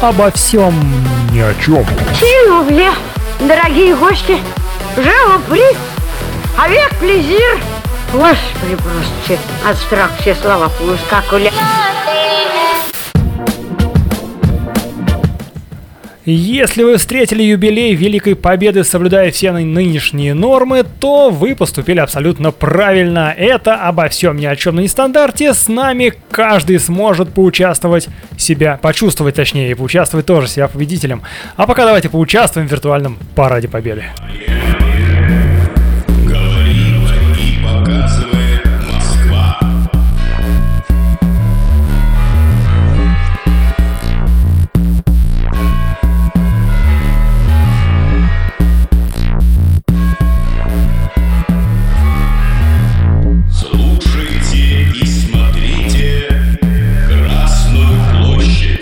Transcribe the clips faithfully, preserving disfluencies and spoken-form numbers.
обо всем ни о чем. Сильвупле, дорогие гости, живопри, avec plaisir. Господи, просто от страха все слова повыскакивали. Если вы встретили юбилей Великой Победы, соблюдая все нынешние нормы, то вы поступили абсолютно правильно. Это обо всем ни о чем на нестандарте. С нами каждый сможет поучаствовать себя, почувствовать точнее, и поучаствовать тоже себя победителем. А пока давайте поучаствуем в виртуальном параде Победы. Говорит и показывает Москва. Слушайте и смотрите Красную площадь.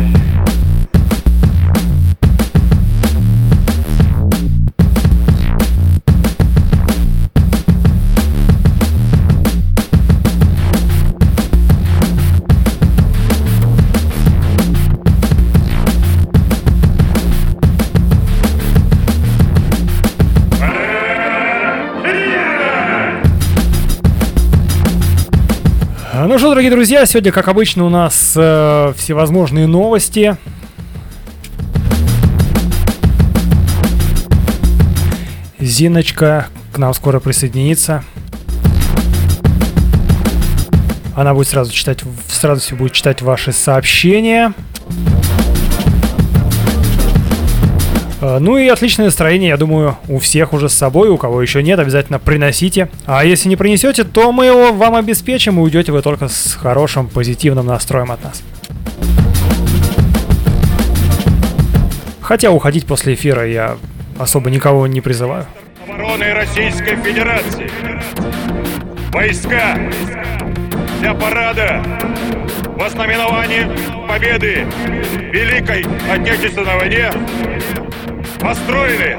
Ну что, дорогие друзья, сегодня, как обычно, у нас э, всевозможные новости. Зиночка к нам скоро присоединится. Она будет сразу читать, сразу все будет читать ваши сообщения. Ну и отличное настроение, я думаю, у всех уже с собой. У кого еще нет, обязательно приносите. А если не принесете, то мы его вам обеспечим, и уйдете вы только с хорошим, позитивным настроем от нас. Хотя уходить после эфира я особо никого не призываю. Обороны Российской Федерации. Войска для парада в ознаменовании победы в Великой Отечественной войне построены.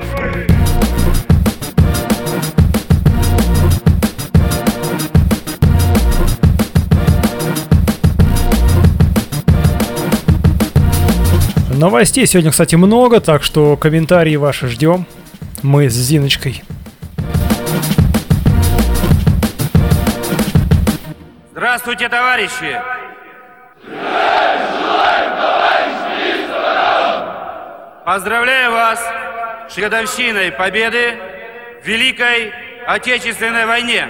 Новостей сегодня, кстати, много, так что комментарии ваши ждем. Мы с Зиночкой. Здравствуйте, товарищи! Поздравляю вас с годовщиной победы в Великой Отечественной войне!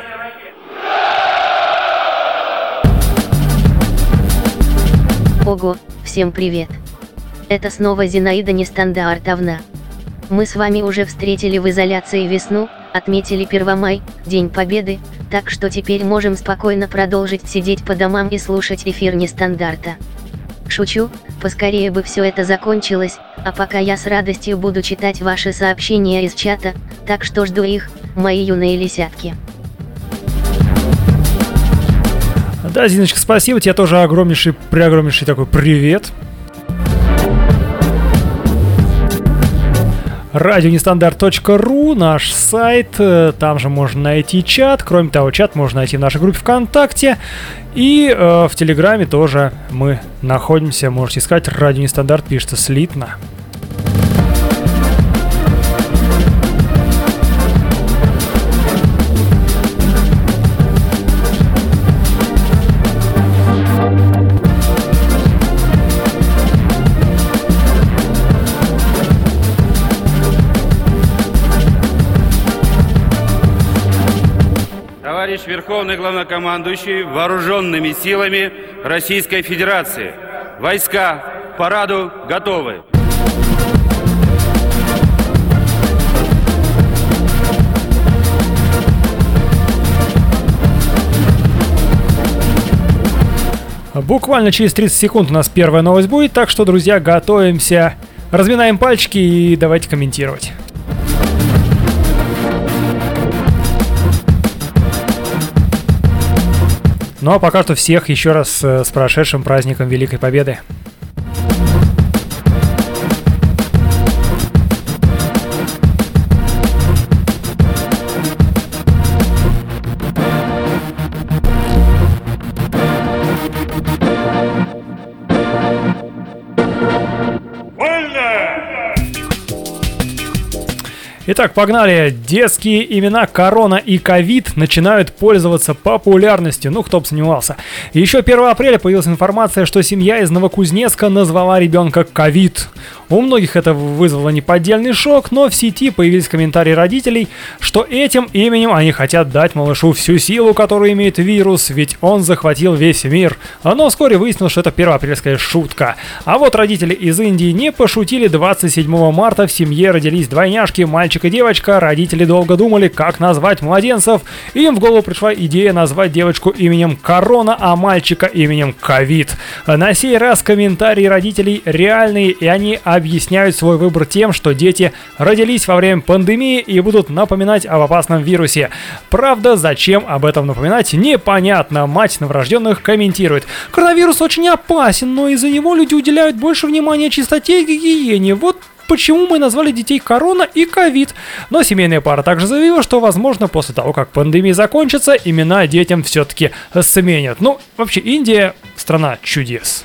Ого, всем привет! Это снова Зинаида Нестандартовна. Мы с вами уже встретили в изоляции весну, отметили Первомай, День Победы, так что теперь можем спокойно продолжить сидеть по домам и слушать эфир Нестандарта. Шучу, поскорее бы все это закончилось, а пока я с радостью буду читать ваши сообщения из чата, так что жду их, мои юные лисятки. Да, Зиночка, спасибо, тебе тоже огромнейший, преогромнейший такой привет. радионестандарт точка ру, наш сайт, там же можно найти чат, кроме того, чат можно найти в нашей группе ВКонтакте, и э, в Телеграме тоже мы находимся, можете искать Радио Нестандарт, пишется слитно. Товарищ Верховный Главнокомандующий Вооруженными силами Российской Федерации. Войска к параду готовы. Буквально через тридцать секунд у нас первая новость будет, так что, друзья, готовимся, разминаем пальчики и давайте комментировать. Ну а пока что всех еще раз с прошедшим праздником Великой Победы. Итак, погнали. Детские имена Корона и Ковид начинают пользоваться популярностью. Ну, кто бы сомневался. Еще первого апреля появилась информация, что семья из Новокузнецка назвала ребенка Ковид. У многих это вызвало неподдельный шок, но в сети появились комментарии родителей, что этим именем они хотят дать малышу всю силу, которую имеет вирус, ведь он захватил весь мир. Но вскоре выяснилось, что это первоапрельская шутка. А вот родители из Индии не пошутили. Двадцать седьмого марта в семье родились двойняшки, мальчик и девочка. Родители долго думали, как назвать младенцев. Им в голову пришла идея назвать девочку именем Корона, а мальчика именем Ковид. На сей раз комментарии родителей реальные, и они объясняют свой выбор тем, что дети родились во время пандемии и будут напоминать об опасном вирусе. Правда, зачем об этом напоминать, непонятно. Мать новорожденных комментирует: коронавирус очень опасен, но из-за него люди уделяют больше внимания чистоте и гигиене. Вот почему мы назвали детей Корона и Ковид. Но семейная пара также заявила, что, возможно, после того, как пандемия закончится, имена детям все-таки сменят. Ну, вообще, Индия — страна чудес.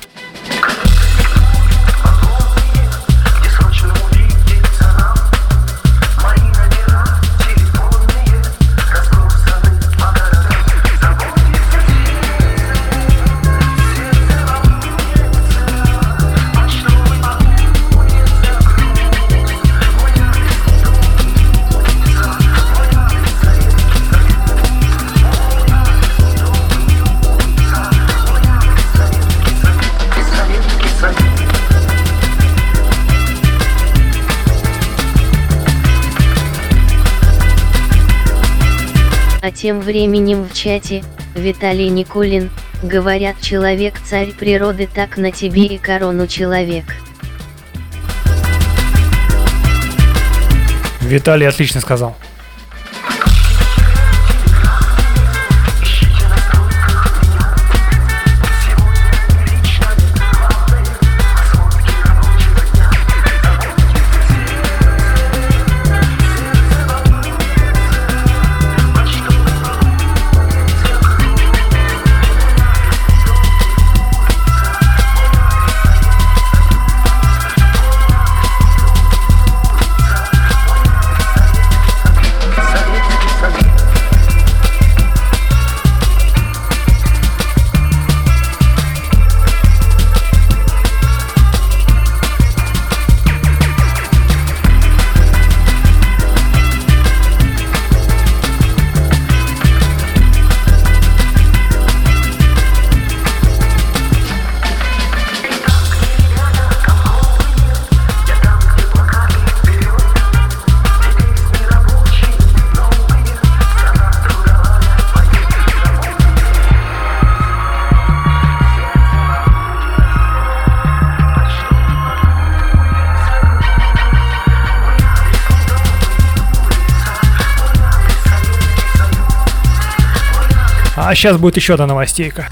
А тем временем в чате, Виталий Никулин, говорят: человек царь природы, так на тебе и корону человек. Виталий отлично сказал. А сейчас будет еще одна новостейка.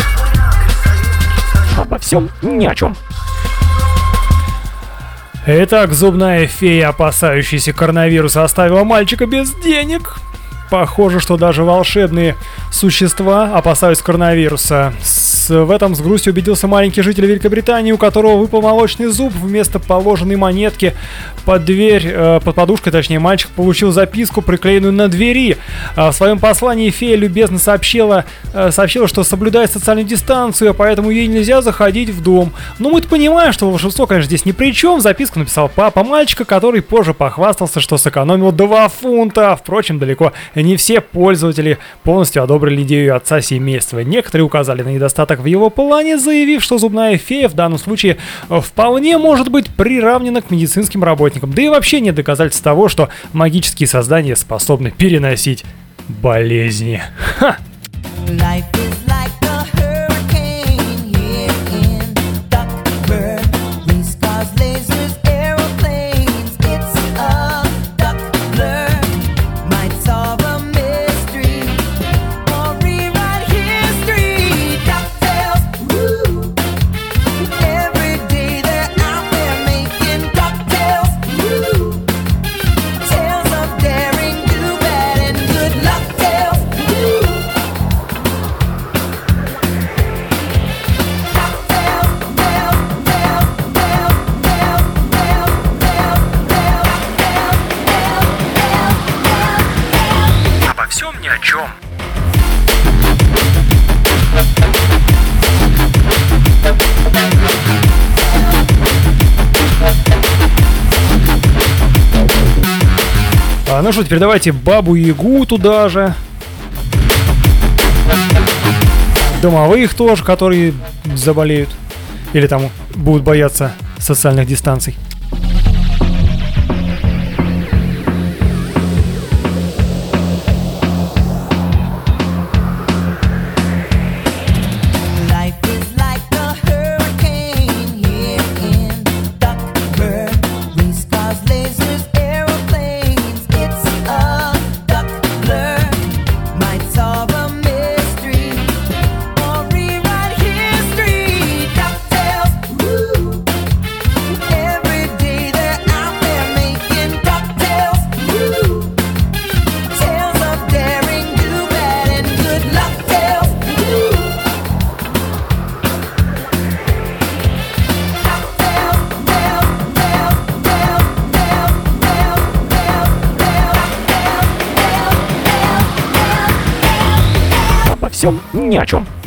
Обо всем ни о чем. Итак, зубная фея, опасающаяся коронавируса, оставила мальчика без денег. Похоже, что даже волшебные существа опасаются коронавируса. С, в этом с грустью убедился маленький житель Великобритании, у которого выпал молочный зуб. Вместо положенной монетки под дверь, э, под подушкой, точнее, мальчик получил записку, приклеенную на двери. А в своем послании фея любезно сообщила, э, сообщила, что соблюдает социальную дистанцию, поэтому ей нельзя заходить в дом. Но мы-то понимаем, что волшебство, конечно, здесь ни при чем. Записку написал папа мальчика, который позже похвастался, что сэкономил два фунта. Впрочем, далеко не все пользователи полностью одобрили идею отца семейства. Некоторые указали на недостаток в его плане, заявив, что зубная фея в данном случае вполне может быть приравнена к медицинским работникам. Да и вообще нет доказательств того, что магические создания способны переносить болезни. Ха! А, ну что, теперь давайте Бабу-Ягу туда же. Домовых тоже, которые заболеют. Или там будут бояться социальных дистанций. Всем ни о чем.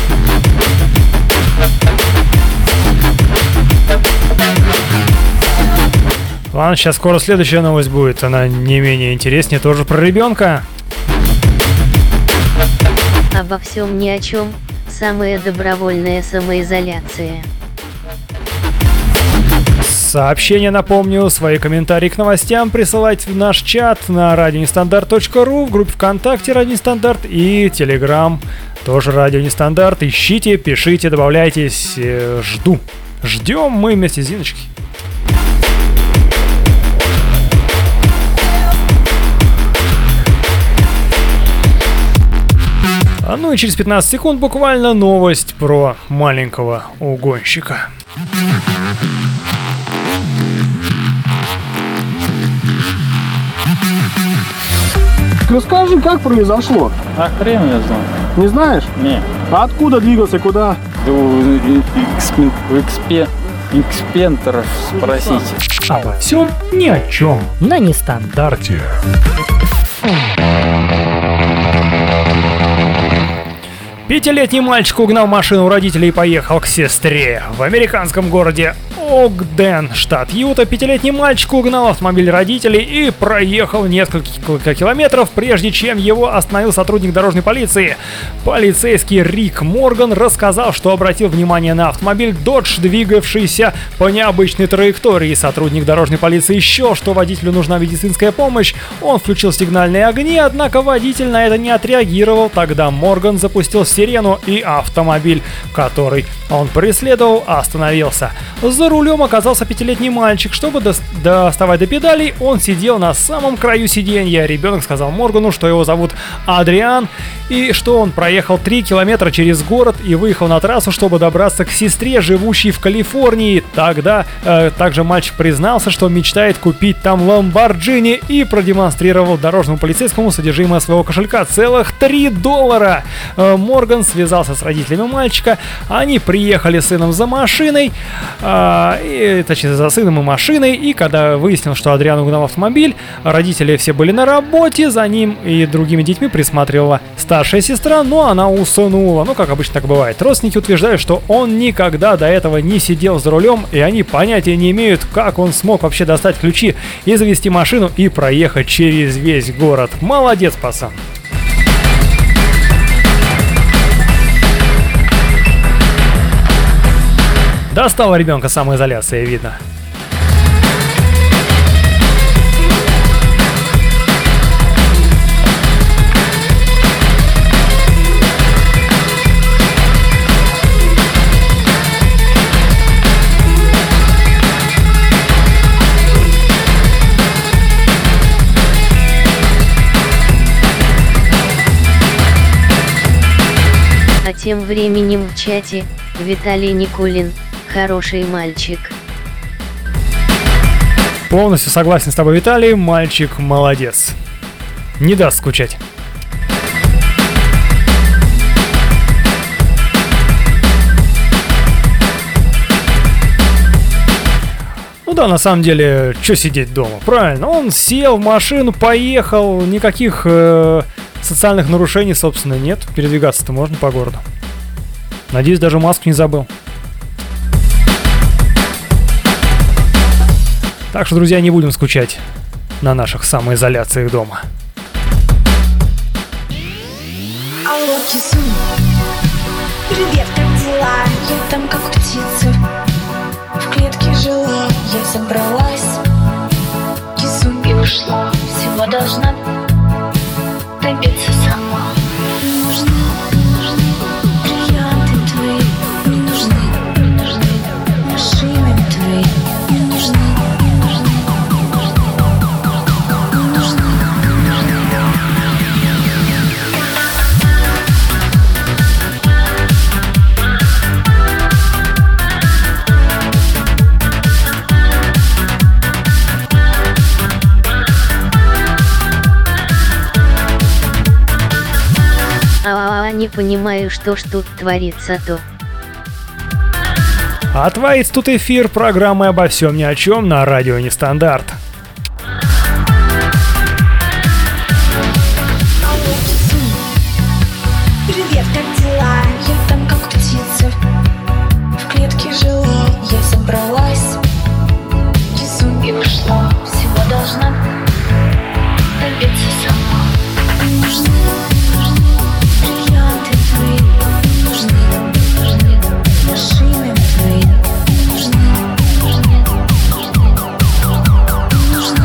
Ладно, сейчас скоро следующая новость будет. Она не менее интереснее, тоже про ребенка. Обо всем ни о чем. Самая добровольная самоизоляция. Сообщение, напомню, свои комментарии к новостям присылать в наш чат на радионестандарт точка ру, в группе ВКонтакте Радио Нестандарт и Телеграм тоже Радио Нестандарт. Ищите, пишите, добавляйтесь. Жду. Ждем мы вместе с Зиночкой. А ну и через пятнадцать секунд буквально новость про маленького угонщика. Расскажи, как произошло? А хрен я знаю. Не знаешь? Не. А откуда двигался, куда? Да у экспен... у экспе... экспентеров спросите. Обо всем ни о чем на Нестандарте. Пятилетний мальчик угнал машину у родителей и поехал к сестре. В американском городе Огден, штат Юта, пятилетний мальчик угнал автомобиль родителей и проехал несколько километров, прежде чем его остановил сотрудник дорожной полиции. Полицейский Рик Морган рассказал, что обратил внимание на автомобиль Dodge, двигавшийся по необычной траектории. Сотрудник дорожной полиции счел, что водителю нужна медицинская помощь. Он включил сигнальные огни, однако водитель на это не отреагировал. Тогда Морган запустил сирену, и автомобиль, который он преследовал, остановился. За рулем оказался пятилетний мальчик. Чтобы до- доставать до педалей, он сидел на самом краю сиденья. Ребенок сказал Моргану, что его зовут Адриан, и что он проехал три километра через город и выехал на трассу, чтобы добраться к сестре, живущей в Калифорнии. Тогда э, также мальчик признался, что мечтает купить там Ламборджини, и продемонстрировал дорожному полицейскому содержимое своего кошелька. Целых три доллара. Э, Морган связался с родителями мальчика. Они приехали с сыном за машиной, э, и, точнее за сыном и машиной, и когда выяснил, что Адриан угнал автомобиль, родители все были на работе, за ним и другими детьми присматривала старшая сестра, но она усынула. Ну, как обычно так бывает. Родственники утверждают, что он никогда до этого не сидел за рулем, и они понятия не имеют, как он смог вообще достать ключи и завести машину и проехать через весь город. Молодец, пацан. Достала ребенка самоизоляция, видно. А тем временем в чате Виталий Никулин. Хороший мальчик. Полностью согласен с тобой, Виталий. Мальчик молодец. Не даст скучать. Ну да, на самом деле, что сидеть дома? Правильно, он сел в машину, поехал. Никаких э, социальных нарушений, собственно, нет. Передвигаться-то можно по городу. Надеюсь, даже маску не забыл. Так что, друзья, не будем скучать на наших самоизоляциях дома. Алло, кису, привет, как дела? Я там как птица, в клетке жила, я собралась, кису и ушла, всего должна добиться сама. Не нужны, не нужны бриллианты твои, не нужны, не нужны машины твои, не нужны, не нужны, не нужны, не нужны, не нужны. А-а-а, не понимаю, что ж тут творится-то. А творится тут эфир программы «Обо всем ни о чем» на радио Нестандарт. Привет, как дела? Я там как птица, в клетке жила, я собралась, кису и ушла, всего должна добиться сама. Не нужны, не нужны бриллианты твои, не нужны, не нужны машины твои, не нужны, не нужны, не нужны,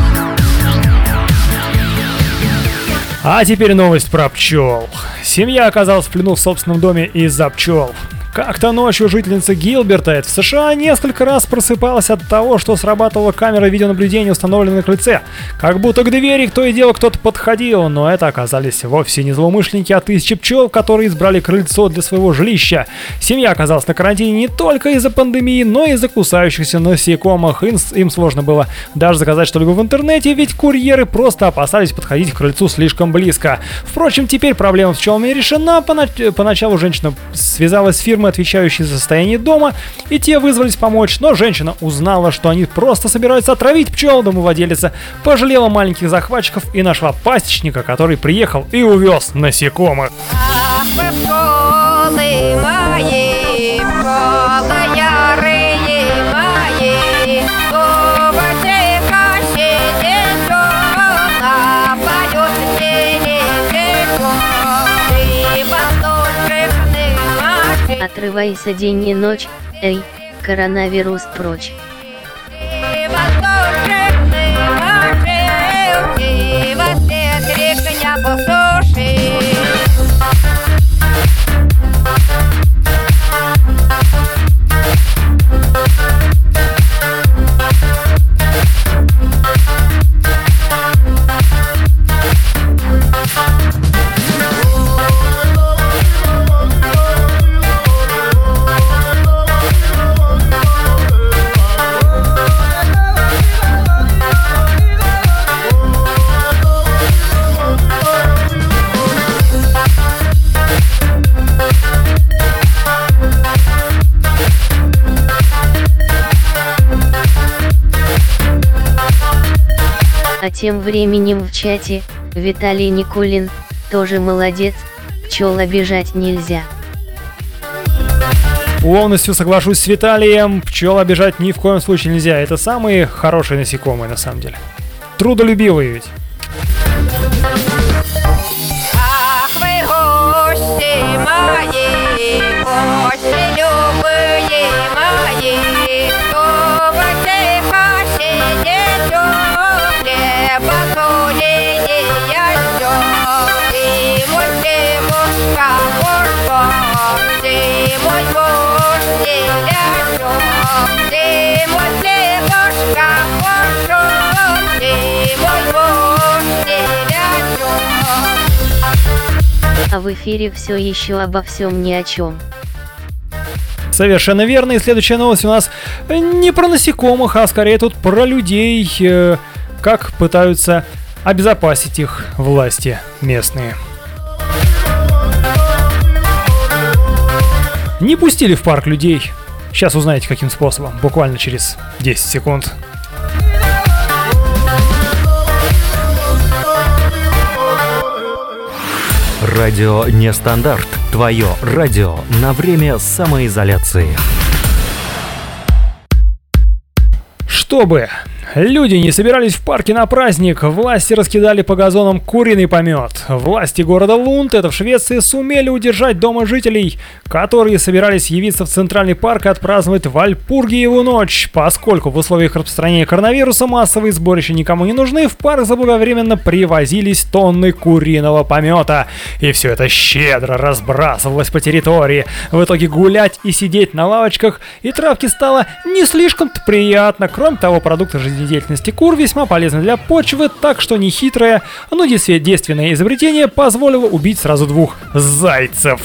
А теперь новость про пчел. Семья оказалась в плену в собственном доме из-за пчел. Как-то ночью жительница Гилберта, это в США, несколько раз просыпалась от того, что срабатывала камера видеонаблюдения, установленная на крыльце. Как будто к двери то и дело кто-то подходил, но это оказались вовсе не злоумышленники, а тысячи пчел, которые избрали крыльцо для своего жилища. Семья оказалась на карантине не только из-за пандемии, но и из-за кусающихся насекомых. Им, им сложно было даже заказать что-либо в интернете, ведь курьеры просто опасались подходить к крыльцу слишком близко. Впрочем, теперь проблема с пчелами решена. Понач- поначалу женщина связалась с фирмой, отвечающие за состояние дома, и те вызвались помочь, но женщина узнала, что они просто собираются отравить пчел. Домовладелица пожалела маленьких захватчиков и нашла пасечника, который приехал и увез насекомых. Ах, вы пчелы мои, пчелы ярые мои, что вы тихо сидите, нападет синий и воздушных машин. Отрывайся день и ночь, эй, коронавирус прочь. И воздушных машин, и во все крикня послушай. А тем временем в чате Виталий Никулин тоже молодец, пчел обижать нельзя. Полностью соглашусь с Виталием, пчел обижать ни в коем случае нельзя. Это самые хорошие насекомые на самом деле. Трудолюбивые ведь. Ах, вы гости мои, гости любые мои, что вы тихо сидите, хлеба соли не ящё, ты мой девушка, мужа, ты мой муж, не ящё, ты мой девушка, мужа, ты мой муж, не ящё. А в эфире все еще обо всем ни о чем. Совершенно верно. И следующая новость у нас не про насекомых, а скорее тут про людей, э, как пытаются обезопасить их власти местные. Не пустили в парк людей. Сейчас узнаете, каким способом. Буквально через десять секунд. Радио Нестандарт. Твое радио на время самоизоляции. Чтобы Люди не собирались в парке на праздник, власти раскидали по газонам куриный помет. Власти города Лунд, это в Швеции, сумели удержать дома жителей, которые собирались явиться в центральный парк и отпраздновать Вальпургиеву ночь. Поскольку в условиях распространения коронавируса массовые сборища никому не нужны, в парк заблаговременно привозились тонны куриного помета. И все это щедро разбрасывалось по территории. В итоге гулять и сидеть на лавочках и травке стало не слишком-то приятно. Кроме того, продукты жизнедеятельности кур весьма полезны для почвы, так что нехитрое, но действенное изобретение позволило убить сразу двух зайцев.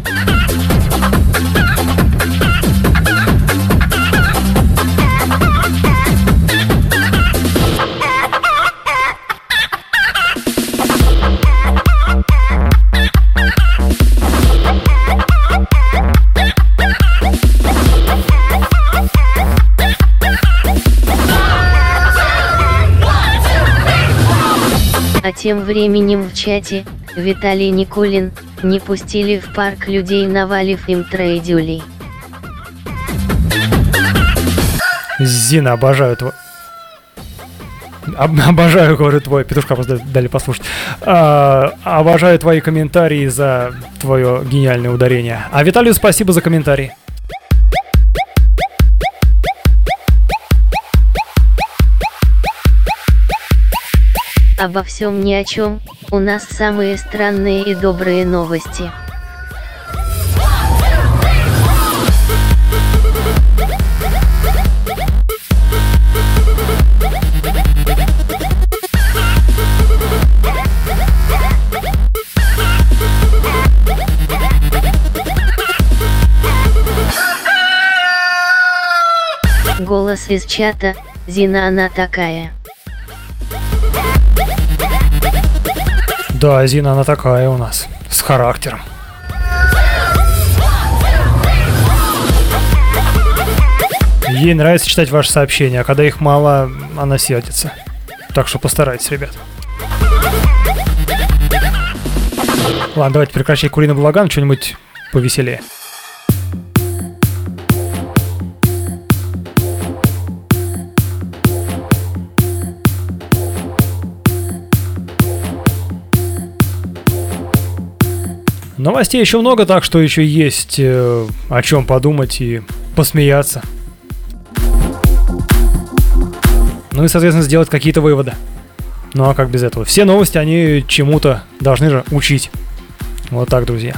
А тем временем в чате Виталий Никулин: не пустили в парк людей, навалив им трейдюлей. Зина, обожаю твой... Об, обожаю, говорю, твой... Петушка просто дали послушать. А, обожаю твои комментарии за твое гениальное ударение. А Виталию спасибо за комментарий. Обо всем ни о чем, у нас самые странные и добрые новости. Голос из чата: Зина, она такая. Да, Зина, она такая у нас, с характером. Ей нравится читать ваши сообщения, а когда их мало, она сердится. Так что постарайтесь, ребят. Ладно, давайте прекращай куриный балаган, что-нибудь повеселее. Новостей еще много, так что еще есть э, о чем подумать и посмеяться. Ну и, соответственно, сделать какие-то выводы. Ну а как без этого? Все новости, они чему-то должны же учить. Вот так, друзья.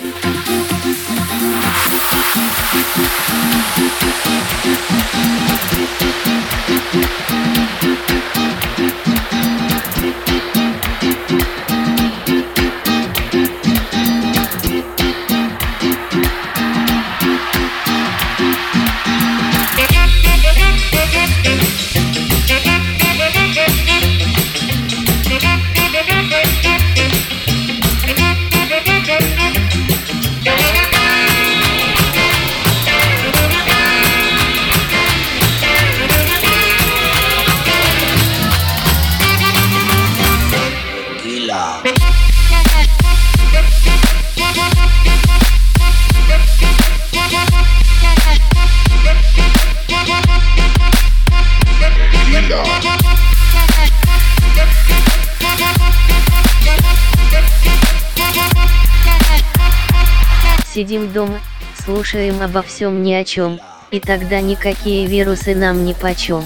Сидим дома, слушаем обо всем ни о чем, и тогда никакие вирусы нам нипочем.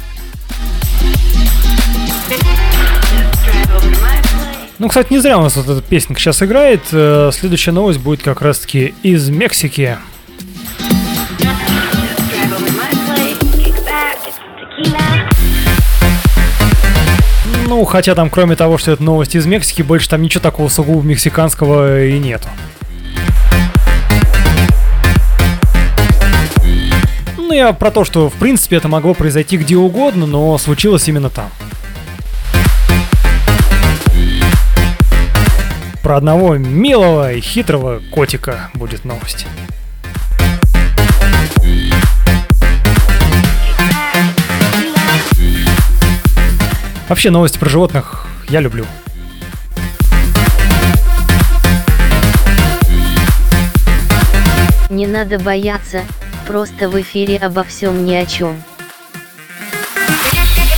Ну, кстати, не зря у нас вот эта песенка сейчас играет. Следующая новость будет как раз-таки из Мексики. Ну, хотя там, кроме того, что это новость из Мексики, больше там ничего такого сугубо мексиканского и нету. Ну, я про то, что, в принципе, это могло произойти где угодно, но случилось именно там. Про одного милого и хитрого котика будет новость. Вообще, новости про животных я люблю. Не надо бояться, просто в эфире обо всем ни о чем.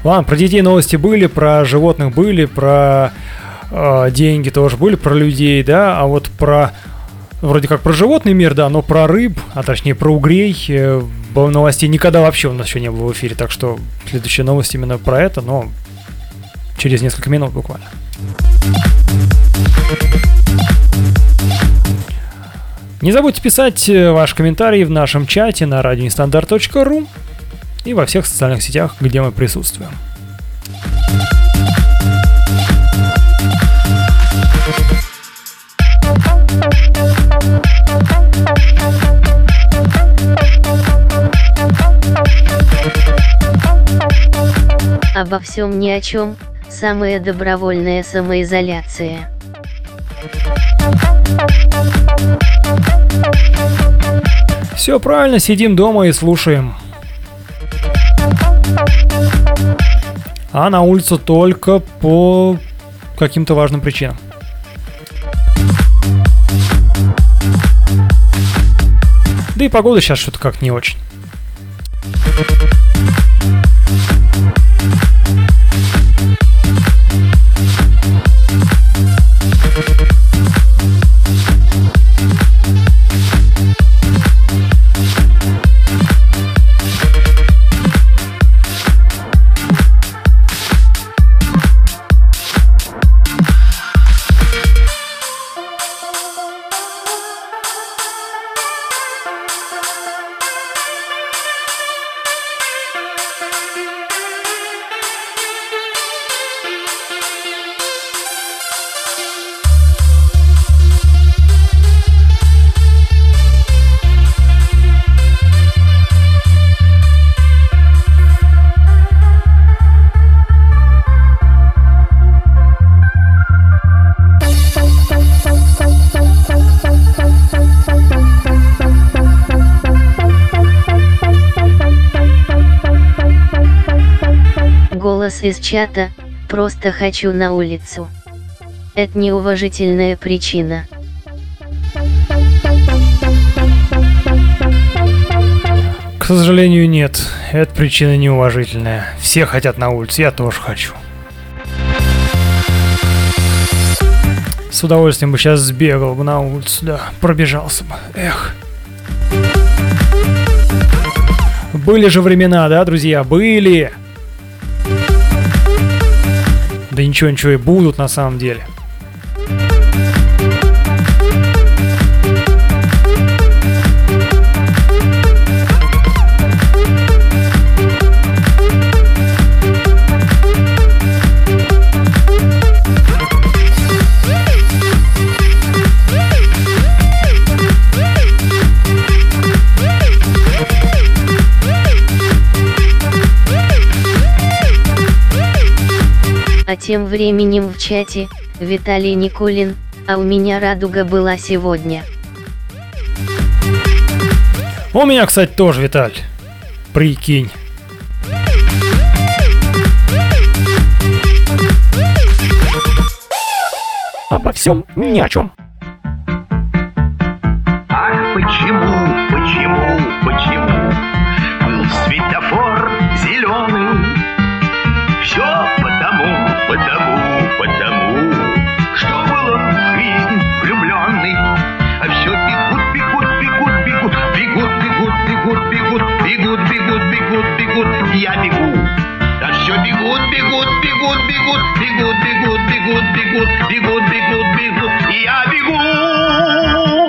Ладно, про детей новости были, про животных были, про э, деньги тоже были, про людей, да, а вот про, вроде как про животный мир, да, но про рыб, а точнее про угрей, э, новостей никогда вообще у нас еще не было в эфире, так что следующая новость именно про это, но через несколько минут буквально. Не забудьте писать ваши комментарии в нашем чате на радионестандарт точка ру и во всех социальных сетях, где мы присутствуем. Обо всем ни о чем. Самая добровольная самоизоляция. Все правильно, сидим дома и слушаем. А на улицу только по каким-то важным причинам. Да и погода сейчас что-то как не очень. Голос из чата: просто хочу на улицу. Это неуважительная причина. К сожалению, нет. Это причина неуважительная. Все хотят на улицу, я тоже хочу. С удовольствием бы сейчас сбегал бы на улицу, да, пробежался бы. Эх. Были же времена, да, друзья, были. Да ничего, ничего и будут на самом деле. А тем временем в чате Виталий Никулин: а у меня радуга была сегодня. У меня, кстати, тоже, Виталь. Прикинь. Обо всем ни о чем. Ах, почему, почему, почему был светофор зеленый? Все потому, потому, потому, что был он в жизнь влюбленный. А все бегут, бегут, бегут, бегут, бегут, бегут, бегут, бегут, бегут, бегут, бегут, бегут, я бегу. А все бегут, бегут, бегут, бегут, бегут, бегут, бегут, бегут, бегут, бегут, бегут, я бегу.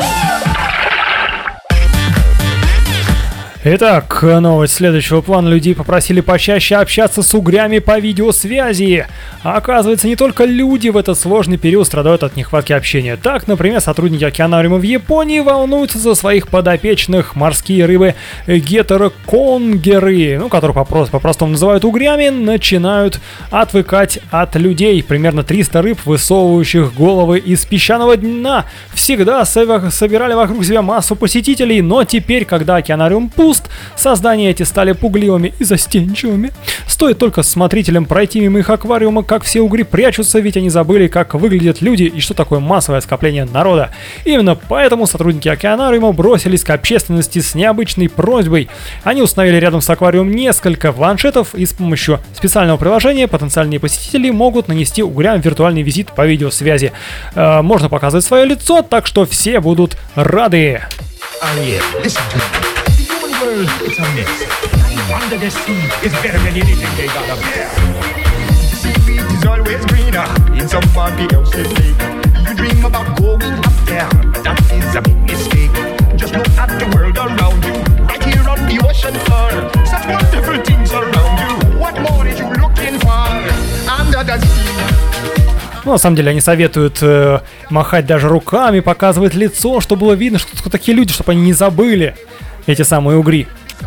Итак, новость следующего плана. Людей попросили почаще общаться с угрями по видеосвязи. А оказывается, не только люди в этот сложный период страдают от нехватки общения. Так, например, сотрудники океанариума в Японии волнуются за своих подопечных морские рыбы гетероконгеры, ну, которых по-простому называют угрями, начинают отвыкать от людей. Примерно триста рыб, высовывающих головы из песчаного дна, всегда собирали вокруг себя массу посетителей, но теперь, когда океанариум пуст, куст, создания эти стали пугливыми и застенчивыми. Стоит только смотрителям пройти мимо их аквариума, как все угри прячутся, ведь они забыли, как выглядят люди и что такое массовое скопление народа. Именно поэтому сотрудники океанариума бросились к общественности с необычной просьбой. Они установили рядом с аквариумом несколько планшетов, и с помощью специального приложения потенциальные посетители могут нанести угрям виртуальный визит по видеосвязи. Э, можно показывать свое лицо, так что все будут рады. Oh yeah, listen to me. The human world, it's a mess. Under the sea is better than anything they got up there. Seaweed is always greener in somebody else's lake. You dream about going up there, but that is a big mistake. Just look at the world around you, right here on the ocean floor. Such wonderful things around you. What more is you looking for under the sea? Ну, на самом деле, они советуют э, махать даже руками, показывать лицо, чтобы было видно, что тут такие люди, чтобы они не забыли эти самые угри.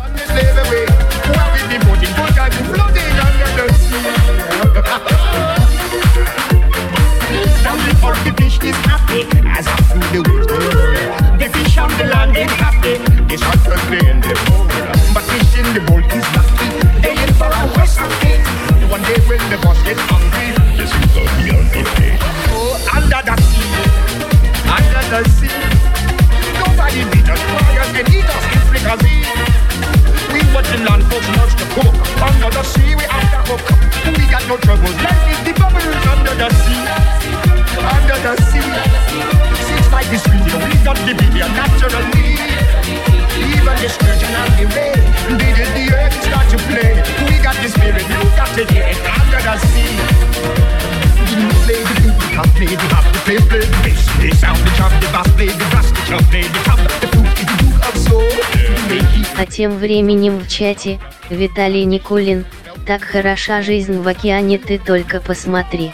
Under the sea, under the sea, nobody beat us, fry us, and eat us in fricassee. We watching land folks nurse the cook. Under the sea, we have the hook. We got no troubles, life is the bubbles under the sea. Under the sea, six like this video, we got the video naturally. Even the sturgeon and the ray, did it the earth start to play. We got the spirit, you got to get it under the sea. Play the beat, the cup, play the hop, the play, play the bass, play sound, the chop, the bass, play the brass, the chop, play the top, the foot, the foot of soul. А тем временем в чате Виталий Никулин: так хороша жизнь в океане, ты только посмотри.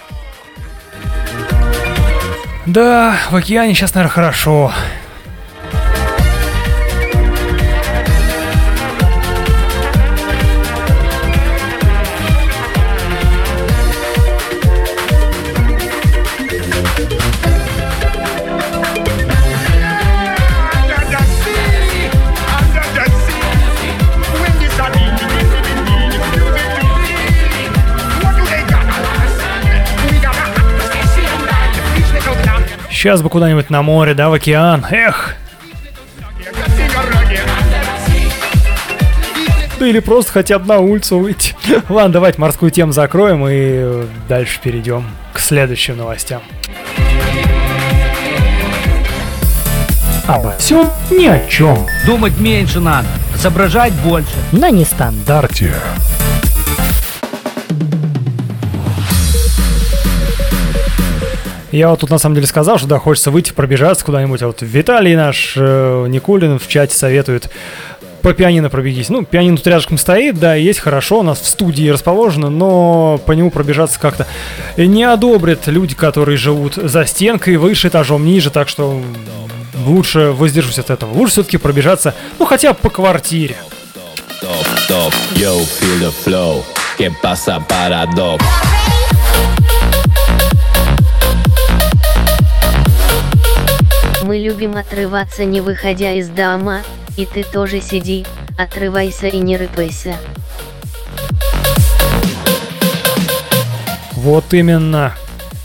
Да, в океане сейчас, наверное, хорошо. Сейчас бы куда-нибудь на море, да, в океан. Эх! Да или просто хотя бы на улицу выйти. Ладно, давайте морскую тему закроем и дальше перейдем к следующим новостям. Обо всем ни о чем. Думать меньше надо, соображать больше. На нестандарте. Я вот тут на самом деле сказал, что да, хочется выйти, пробежаться куда-нибудь. А вот Виталий наш э, Никулин в чате советует по пианино пробегись. Ну, пианино тут рядышком стоит, да, есть хорошо, у нас в студии расположено, но по нему пробежаться как-то не одобрят люди, которые живут за стенкой, выше этажом, ниже, так что лучше воздержусь от этого. Лучше все-таки пробежаться, ну, хотя бы по квартире. Мы любим отрываться, не выходя из дома, и ты тоже сиди, отрывайся и не рыпайся. Вот именно.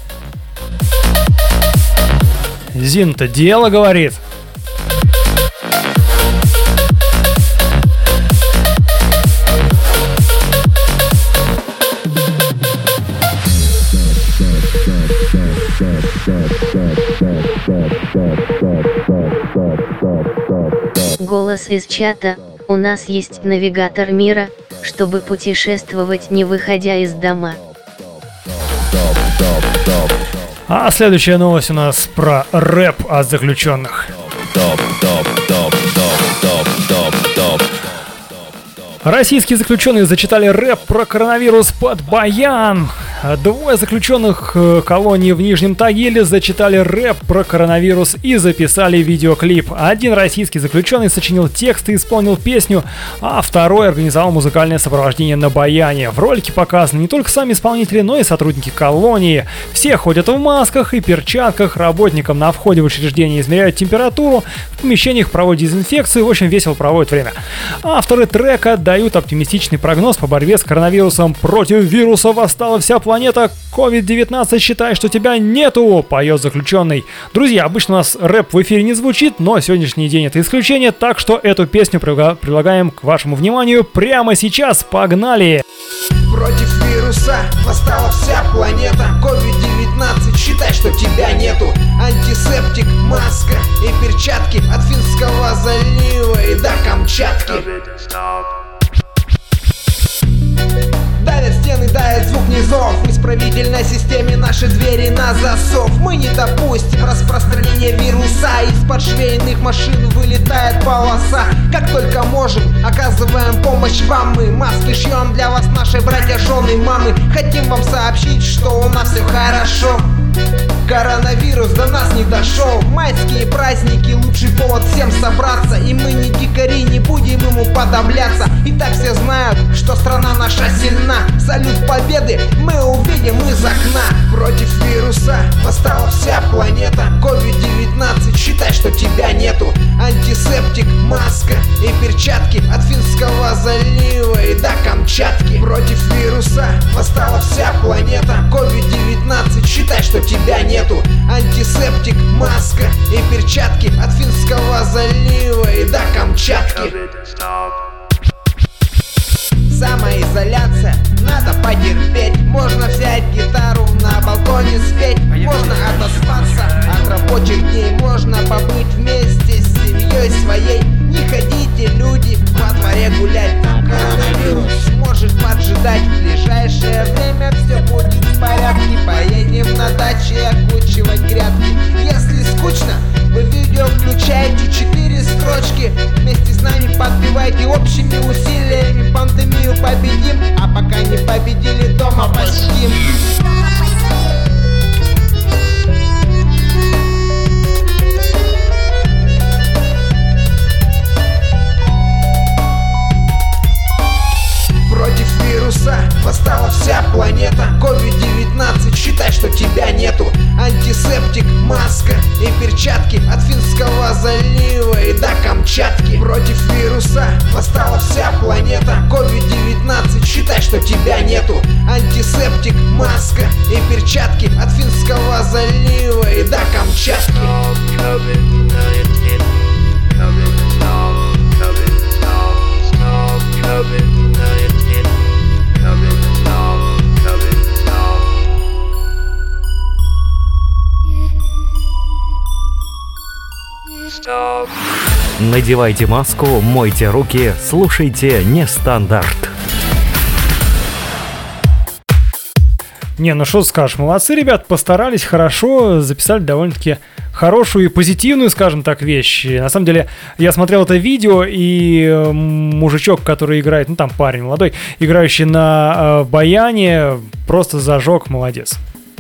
Зин-то дело говорит. Голос из чата: у нас есть навигатор мира, чтобы путешествовать, не выходя из дома. А следующая новость у нас про рэп от заключенных. Российские заключенные зачитали рэп про коронавирус под баян. Двое заключенных колонии в Нижнем Тагиле зачитали рэп про коронавирус и записали видеоклип. Один российский заключенный сочинил текст и исполнил песню, а второй организовал музыкальное сопровождение на баяне. В ролике показаны не только сами исполнители, но и сотрудники колонии. Все ходят в масках и перчатках, работникам на входе в учреждение измеряют температуру, в помещениях проводят дезинфекцию и очень весело проводят время. Авторы трека дают оптимистичный прогноз по борьбе с коронавирусом. Против вируса восстала вся планета, ковид девятнадцать считай, что тебя нету, поет заключенный. Друзья, обычно у нас рэп в эфире не звучит, но сегодняшний день это исключение, так что эту песню предлагаем к вашему вниманию прямо сейчас. Погнали! Против вируса восстала вся планета, ковид девятнадцать считай, что тебя нету. Антисептик, маска и перчатки от Финского залива и до Камчатки. Давят стены, дает звук низов. В исправительной системе наши двери на засов. Мы не допустим распространения вируса. Из-под швейных машин вылетает полоса. Как только можем, оказываем помощь вам. Мы маски шьем для вас, наши братья, жены, мамы. Хотим вам сообщить, что у нас все хорошо. Коронавирус до нас не дошел. Майские праздники, лучший повод всем собраться. И мы не дикари, не будем ему подобляться. И так все знают, что страна наша сильна. Салют победы мы увидим из окна. Против вируса восстала вся планета, ковид девятнадцать считай, что тебя нету. Антисептик, маска и перчатки от Финского залива и до Камчатки. Против вируса восстала вся планета, ковид девятнадцать считай, что тебя нету. Антисептик, маска и перчатки от Финского залива и до Камчатки. Самоизоляция, надо потерпеть. Можно взять гитару, на балконе спеть. Можно отоспаться от рабочих дней. Можно побыть вместе с семьей своей. Не ходите, люди, во дворе гулять. Там коронавирус может поджидать. В ближайшее время все будет в порядке. Поедем на даче окучивать грядки. Если скучно, вы видео включаете, четыре строчки. Вместе с нами подпевайте общими усилиями. Пандемию победим, а пока не победили, дома посидим. Против вируса восстала вся планета, ковид девятнадцать считай, что тебя нету. Антисептик, маска и перчатки от Финского залива и до Камчатки. Против вируса восстала вся планета, ковид девятнадцать считай, что тебя нету. Антисептик, маска и перчатки от Финского залива и до Камчатки. Надевайте маску, мойте руки, слушайте Нестандарт. Не, ну что скажешь, молодцы, ребят, постарались хорошо, записали довольно-таки хорошую и позитивную, скажем так, вещь. На самом деле, я смотрел это видео, и мужичок, который играет, ну там парень молодой, играющий на э, баяне, просто зажег, молодец.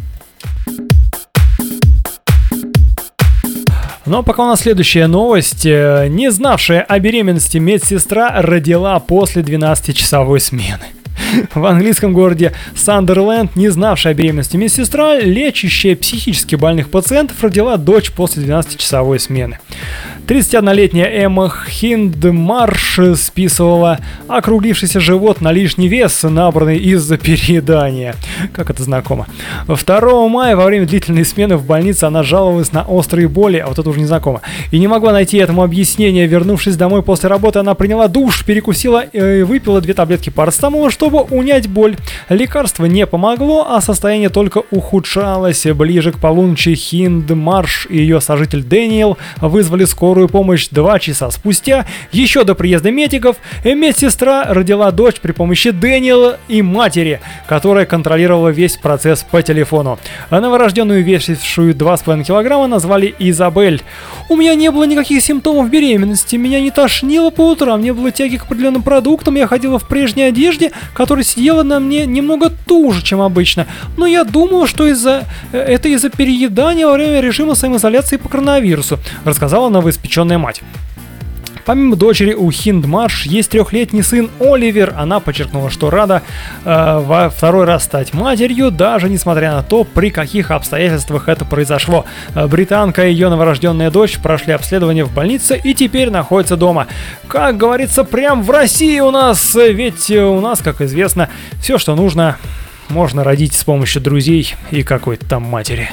Ну а пока у нас следующая новость. Не знавшая о беременности медсестра родила после двенадцатичасовой смены. В английском городе Сандерленд не знавшая о беременности медсестра, лечащая психически больных пациентов, родила дочь после двенадцатичасовой смены. тридцатиоднолетняя Эмма Хиндмарш списывала округлившийся живот на лишний вес, набранный из-за переедания. Как это знакомо. второго мая во время длительной смены в больнице она жаловалась на острые боли, а вот это уже не знакомо. И не могла найти этому объяснения. Вернувшись домой после работы, она приняла душ, перекусила и выпила две таблетки парацетамола, чтобы унять боль. Лекарство не помогло, а состояние только ухудшалось. Ближе к полуночи Хиндмарш и ее сожитель Дэниел вызвали скорую помощь два часа спустя. Еще до приезда медиков медсестра родила дочь при помощи Дэниела и матери, которая контролировала весь процесс по телефону. Новорожденную, весившую два с половиной килограмма, назвали Изабель. «У меня не было никаких симптомов беременности, меня не тошнило по утрам, не было тяги к определенным продуктам, я ходила в прежней одежде, которая которая сидела на мне немного туже, чем обычно. Но я думаю, что из-за это из-за переедания во время режима самоизоляции по коронавирусу, рассказала новоиспеченная мать. Помимо дочери у Хиндмарш есть трехлетний сын Оливер. Она подчеркнула, что рада э, во второй раз стать матерью, даже несмотря на то, при каких обстоятельствах это произошло. Британка и ее новорожденная дочь прошли обследование в больнице и теперь находятся дома. Как говорится, прям в России у нас, ведь у нас, как известно, все, что нужно, можно родить с помощью друзей и какой-то там матери.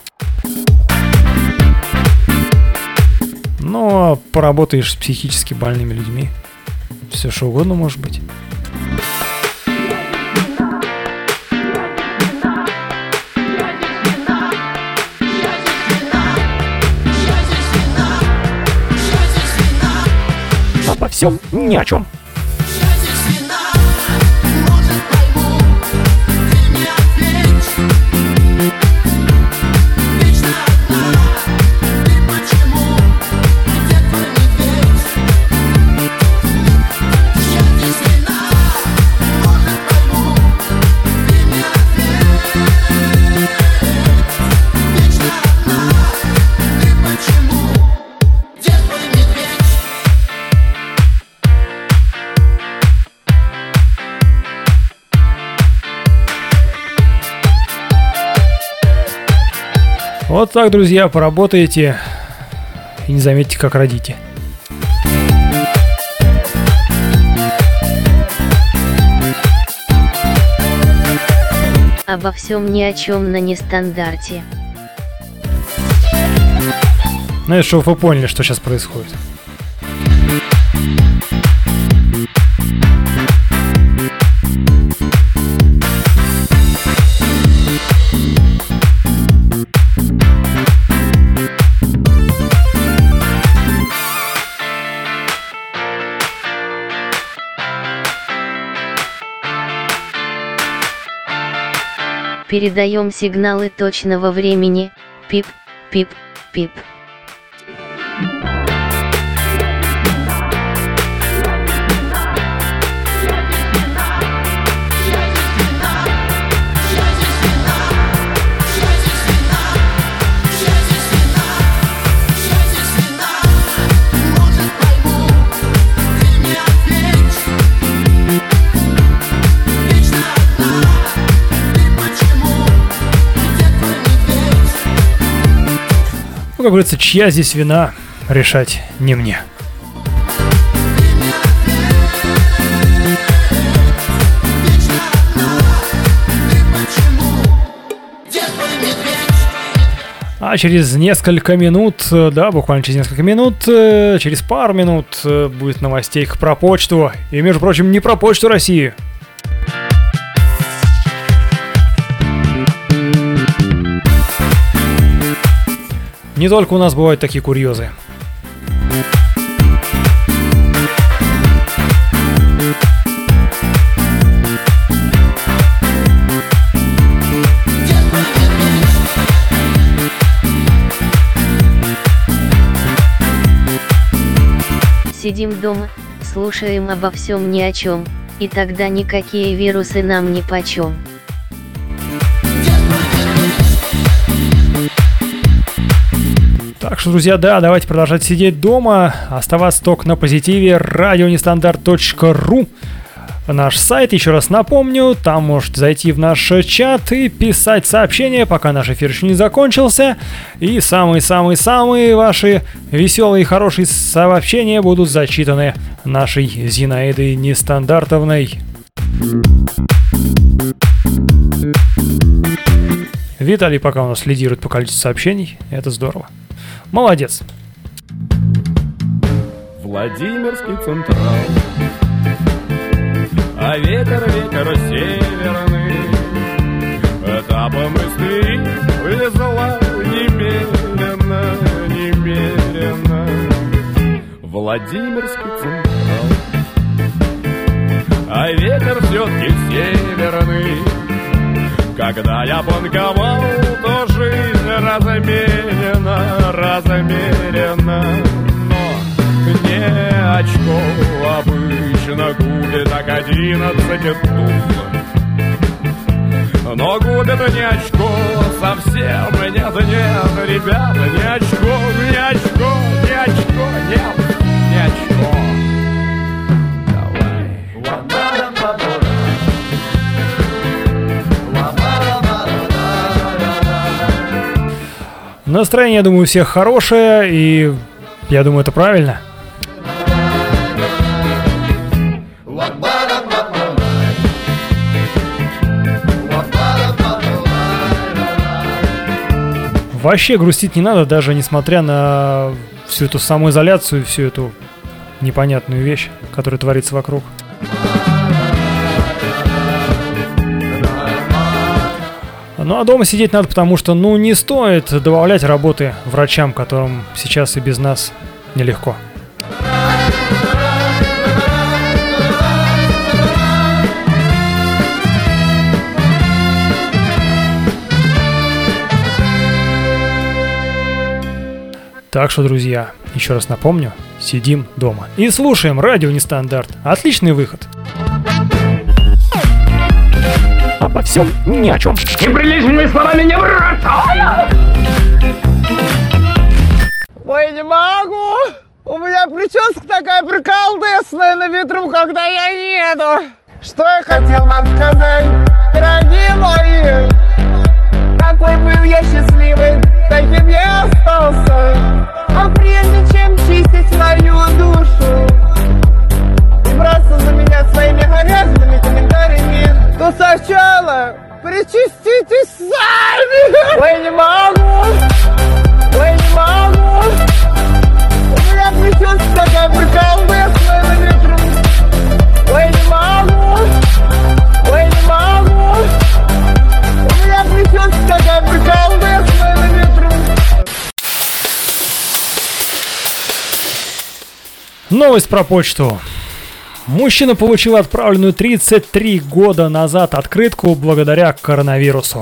Но поработаешь с психически больными людьми. Все что угодно может быть. Обо всем ни о чем. Вот так, друзья, поработаете и не заметите, как родите. Обо всем ни о чем на нестандарте. Ну, чтобы вы поняли, что сейчас происходит. Передаем сигналы точного времени. Пип, пип, пип. Ну, как говорится, чья здесь вина, решать не мне. А через несколько минут, да, буквально через несколько минут, через пару минут будет новостей про почту. И, между прочим, не про Почту России. Не только у нас бывают такие курьезы. Сидим дома, слушаем обо всем ни о чем, и тогда никакие вирусы нам нипочем. Так что, друзья, да, давайте продолжать сидеть дома, оставаться только на позитиве. радио нестандарт точка ру наш сайт, еще раз напомню, там можете зайти в наш чат и писать сообщения, пока наш эфир еще не закончился. И самые-самые-самые ваши веселые и хорошие сообщения будут зачитаны нашей Зинаидой Нестандартовной. Виталий пока у нас лидирует по количеству сообщений, это здорово. Молодец. Владимирский Централ. А ветер, ветер северный, этапом из Твери везла немедленно, немедленно. Владимирский Централ. А ветер все-таки северный. Когда я банковал, то жизнь размерена, размерена. Но не очко обычно губит, а одиннадцать тул. Но губят не очко, совсем нет, нет, ребята, не очко, не очко, не очко, нет, не очко. Настроение, я думаю, у всех хорошее, и я думаю, это правильно. Вообще грустить не надо, даже несмотря на всю эту самоизоляцию, всю эту непонятную вещь, которая творится вокруг. Ну а дома сидеть надо, потому что, ну, не стоит добавлять работы врачам, которым сейчас и без нас нелегко. Так что, друзья, еще раз напомню, сидим дома и слушаем радио Нестандарт. Отличный выход. Обо всем ни о чем. Неприличными словами не врать! Ой, не могу! У меня прическа такая приколдесная на ветру, когда я еду. Что я хотел вам сказать, дорогие мои? Какой был я счастливый, таким я остался. А прежде чем чистить мою душу и браться за меня своими грязными комментариями, то сначала причаститесь сами. Ой, не могу, ой, не могу. У меня прическа такая приколдесная на ветру. Ой, не могу, ой, не могу. У меня прическа такая приколдесная на ветру. Новость про почту. Мужчина получил отправленную тридцать три года назад открытку благодаря коронавирусу.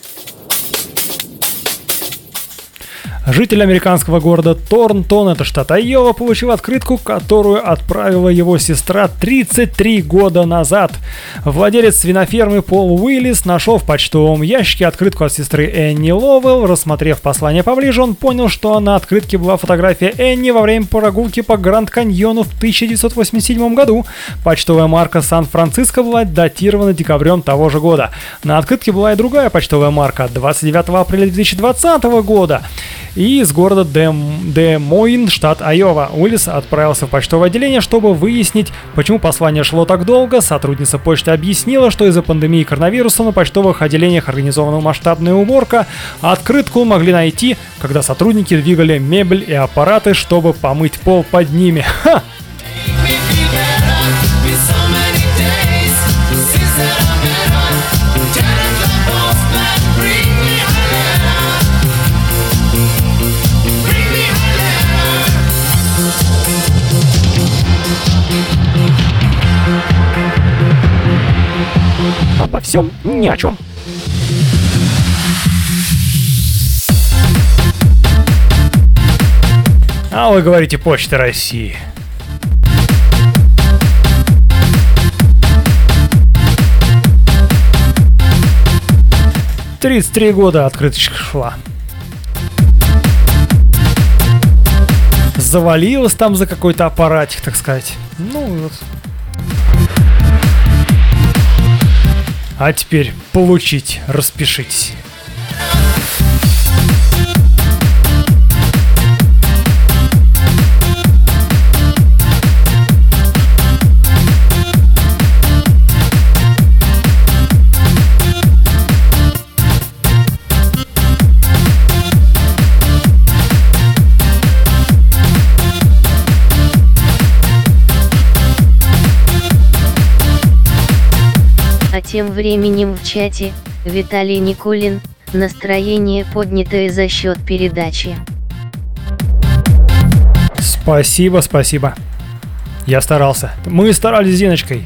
Житель американского города Торнтон, это штат Айова, получил открытку, которую отправила его сестра тридцать три года назад. Владелец свинофермы Пол Уиллис нашел в почтовом ящике открытку от сестры Энни Ловелл. Рассмотрев послание поближе, он понял, что на открытке была фотография Энни во время прогулки по Гранд-Каньону в тысяча девятьсот восемьдесят седьмом году. Почтовая марка Сан-Франциско была датирована декабрем того же года. На открытке была и другая почтовая марка двадцать девятого апреля две тысячи двадцатого года. И из города Де-Мойн, штат Айова. Уиллис отправился в почтовое отделение, чтобы выяснить, почему послание шло так долго. Сотрудница почты объяснила, что из-за пандемии коронавируса на почтовых отделениях организована масштабная уборка. Открытку могли найти, когда сотрудники двигали мебель и аппараты, чтобы помыть пол под ними. Ха! Обо всем ни о чем. А вы говорите, Почта России. тридцать три года открыточка шла. Завалилась там за какой-то аппаратик, так сказать. Ну вот. А теперь получить, распишитесь. Тем временем в чате Виталий Никулин, настроение поднятое за счет передачи. Спасибо, спасибо. Я старался. Мы старались с Зиночкой.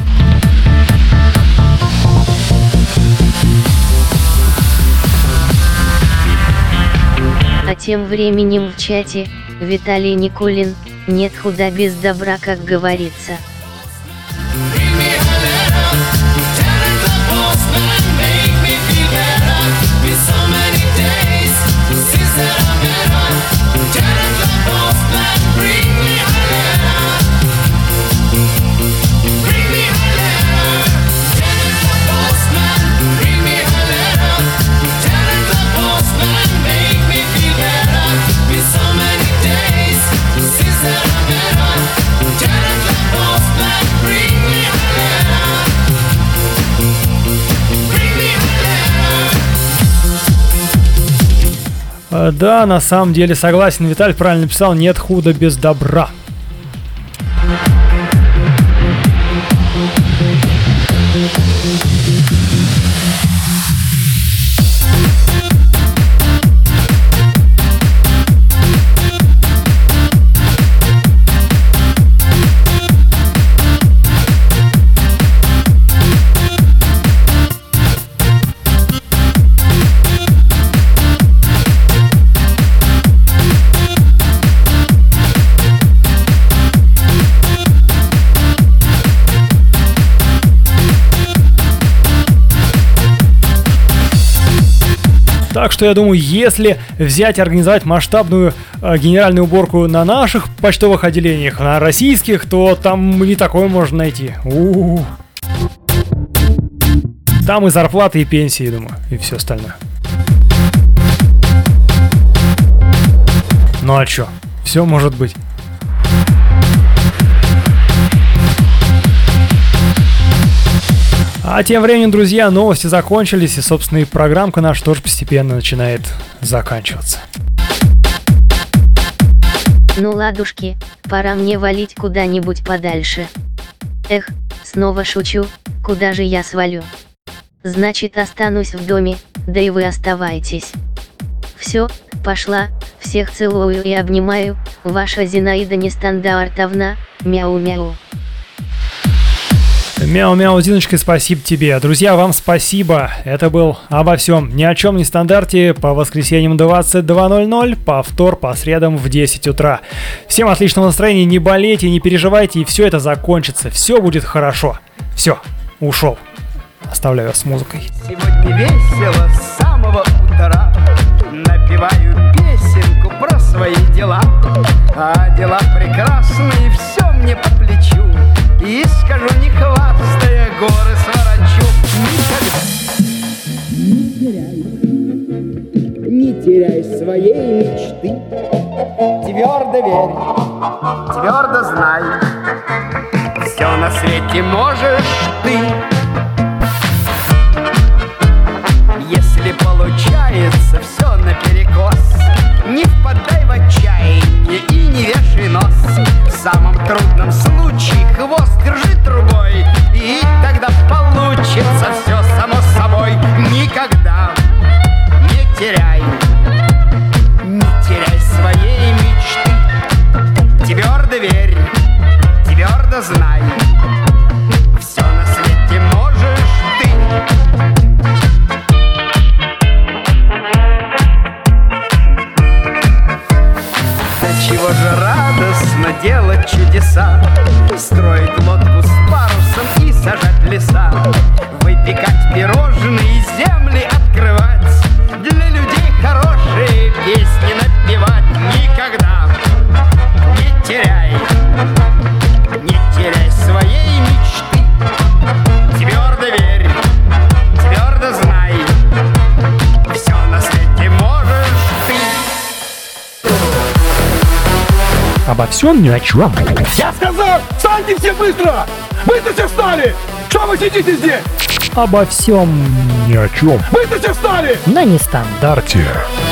А тем временем в чате Виталий Никулин, нет худа без добра, как говорится. Bring me Да, на самом деле согласен, Виталь правильно написал, нет худа без добра. Так что я думаю, если взять и организовать масштабную э, генеральную уборку на наших почтовых отделениях, на российских, то там и такое можно найти. У-у-у. Там и зарплаты, и пенсии, думаю, и все остальное. Ну а чё? Все может быть. А тем временем, друзья, новости закончились, и, собственно, и программка наша тоже постепенно начинает заканчиваться. Ну ладушки, пора мне валить куда-нибудь подальше. Эх, снова шучу, куда же я свалю? Значит, останусь в доме, да и вы оставайтесь. Все, пошла, всех целую и обнимаю, ваша Зинаида Нестандартовна, мяу-мяу. Мяу-мяу, Зиночка, спасибо тебе. Друзья, вам спасибо. Это был «Обо всем ни о чем не стандарте» по воскресеньям двадцать два ноль ноль, повтор по средам в десять утра. Всем отличного настроения, не болейте, не переживайте, и все это закончится. Все будет хорошо. Все, ушел. Оставляю вас с музыкой. Сегодня весело с самого утра. Напеваю песенку про свои дела. А дела прекрасные, все мне по плечу. И скажу, не хвастая, горы сворачу. Никогда не теряй, не теряй своей мечты. Твердо верь, твердо знай, все на свете можешь ты. Если получается все наперекос, не впадай в отчаяние и не вешай нос. В самом трудном случае хвост держи трубой, и тогда получится все само собой. Никогда не теряй, не теряй своей мечты. Твердо верь, твердо знай, все на свете можешь ты. Чего же радостно делать чудеса, строить лодку с парусом и сажать леса, выпекать пирожные, земли открывать, для людей хорошие песни напевать. Никогда не теряй, не теряй своей мечты. Твердо верь, твердо знай, все на свете можешь ты. Обо всем ни о чем. Я сказал, встаньте все быстро! Быстро все встали! Что вы сидите здесь? Обо всем Ни о чем. Быстро все встали! на нестандарте. Дарте.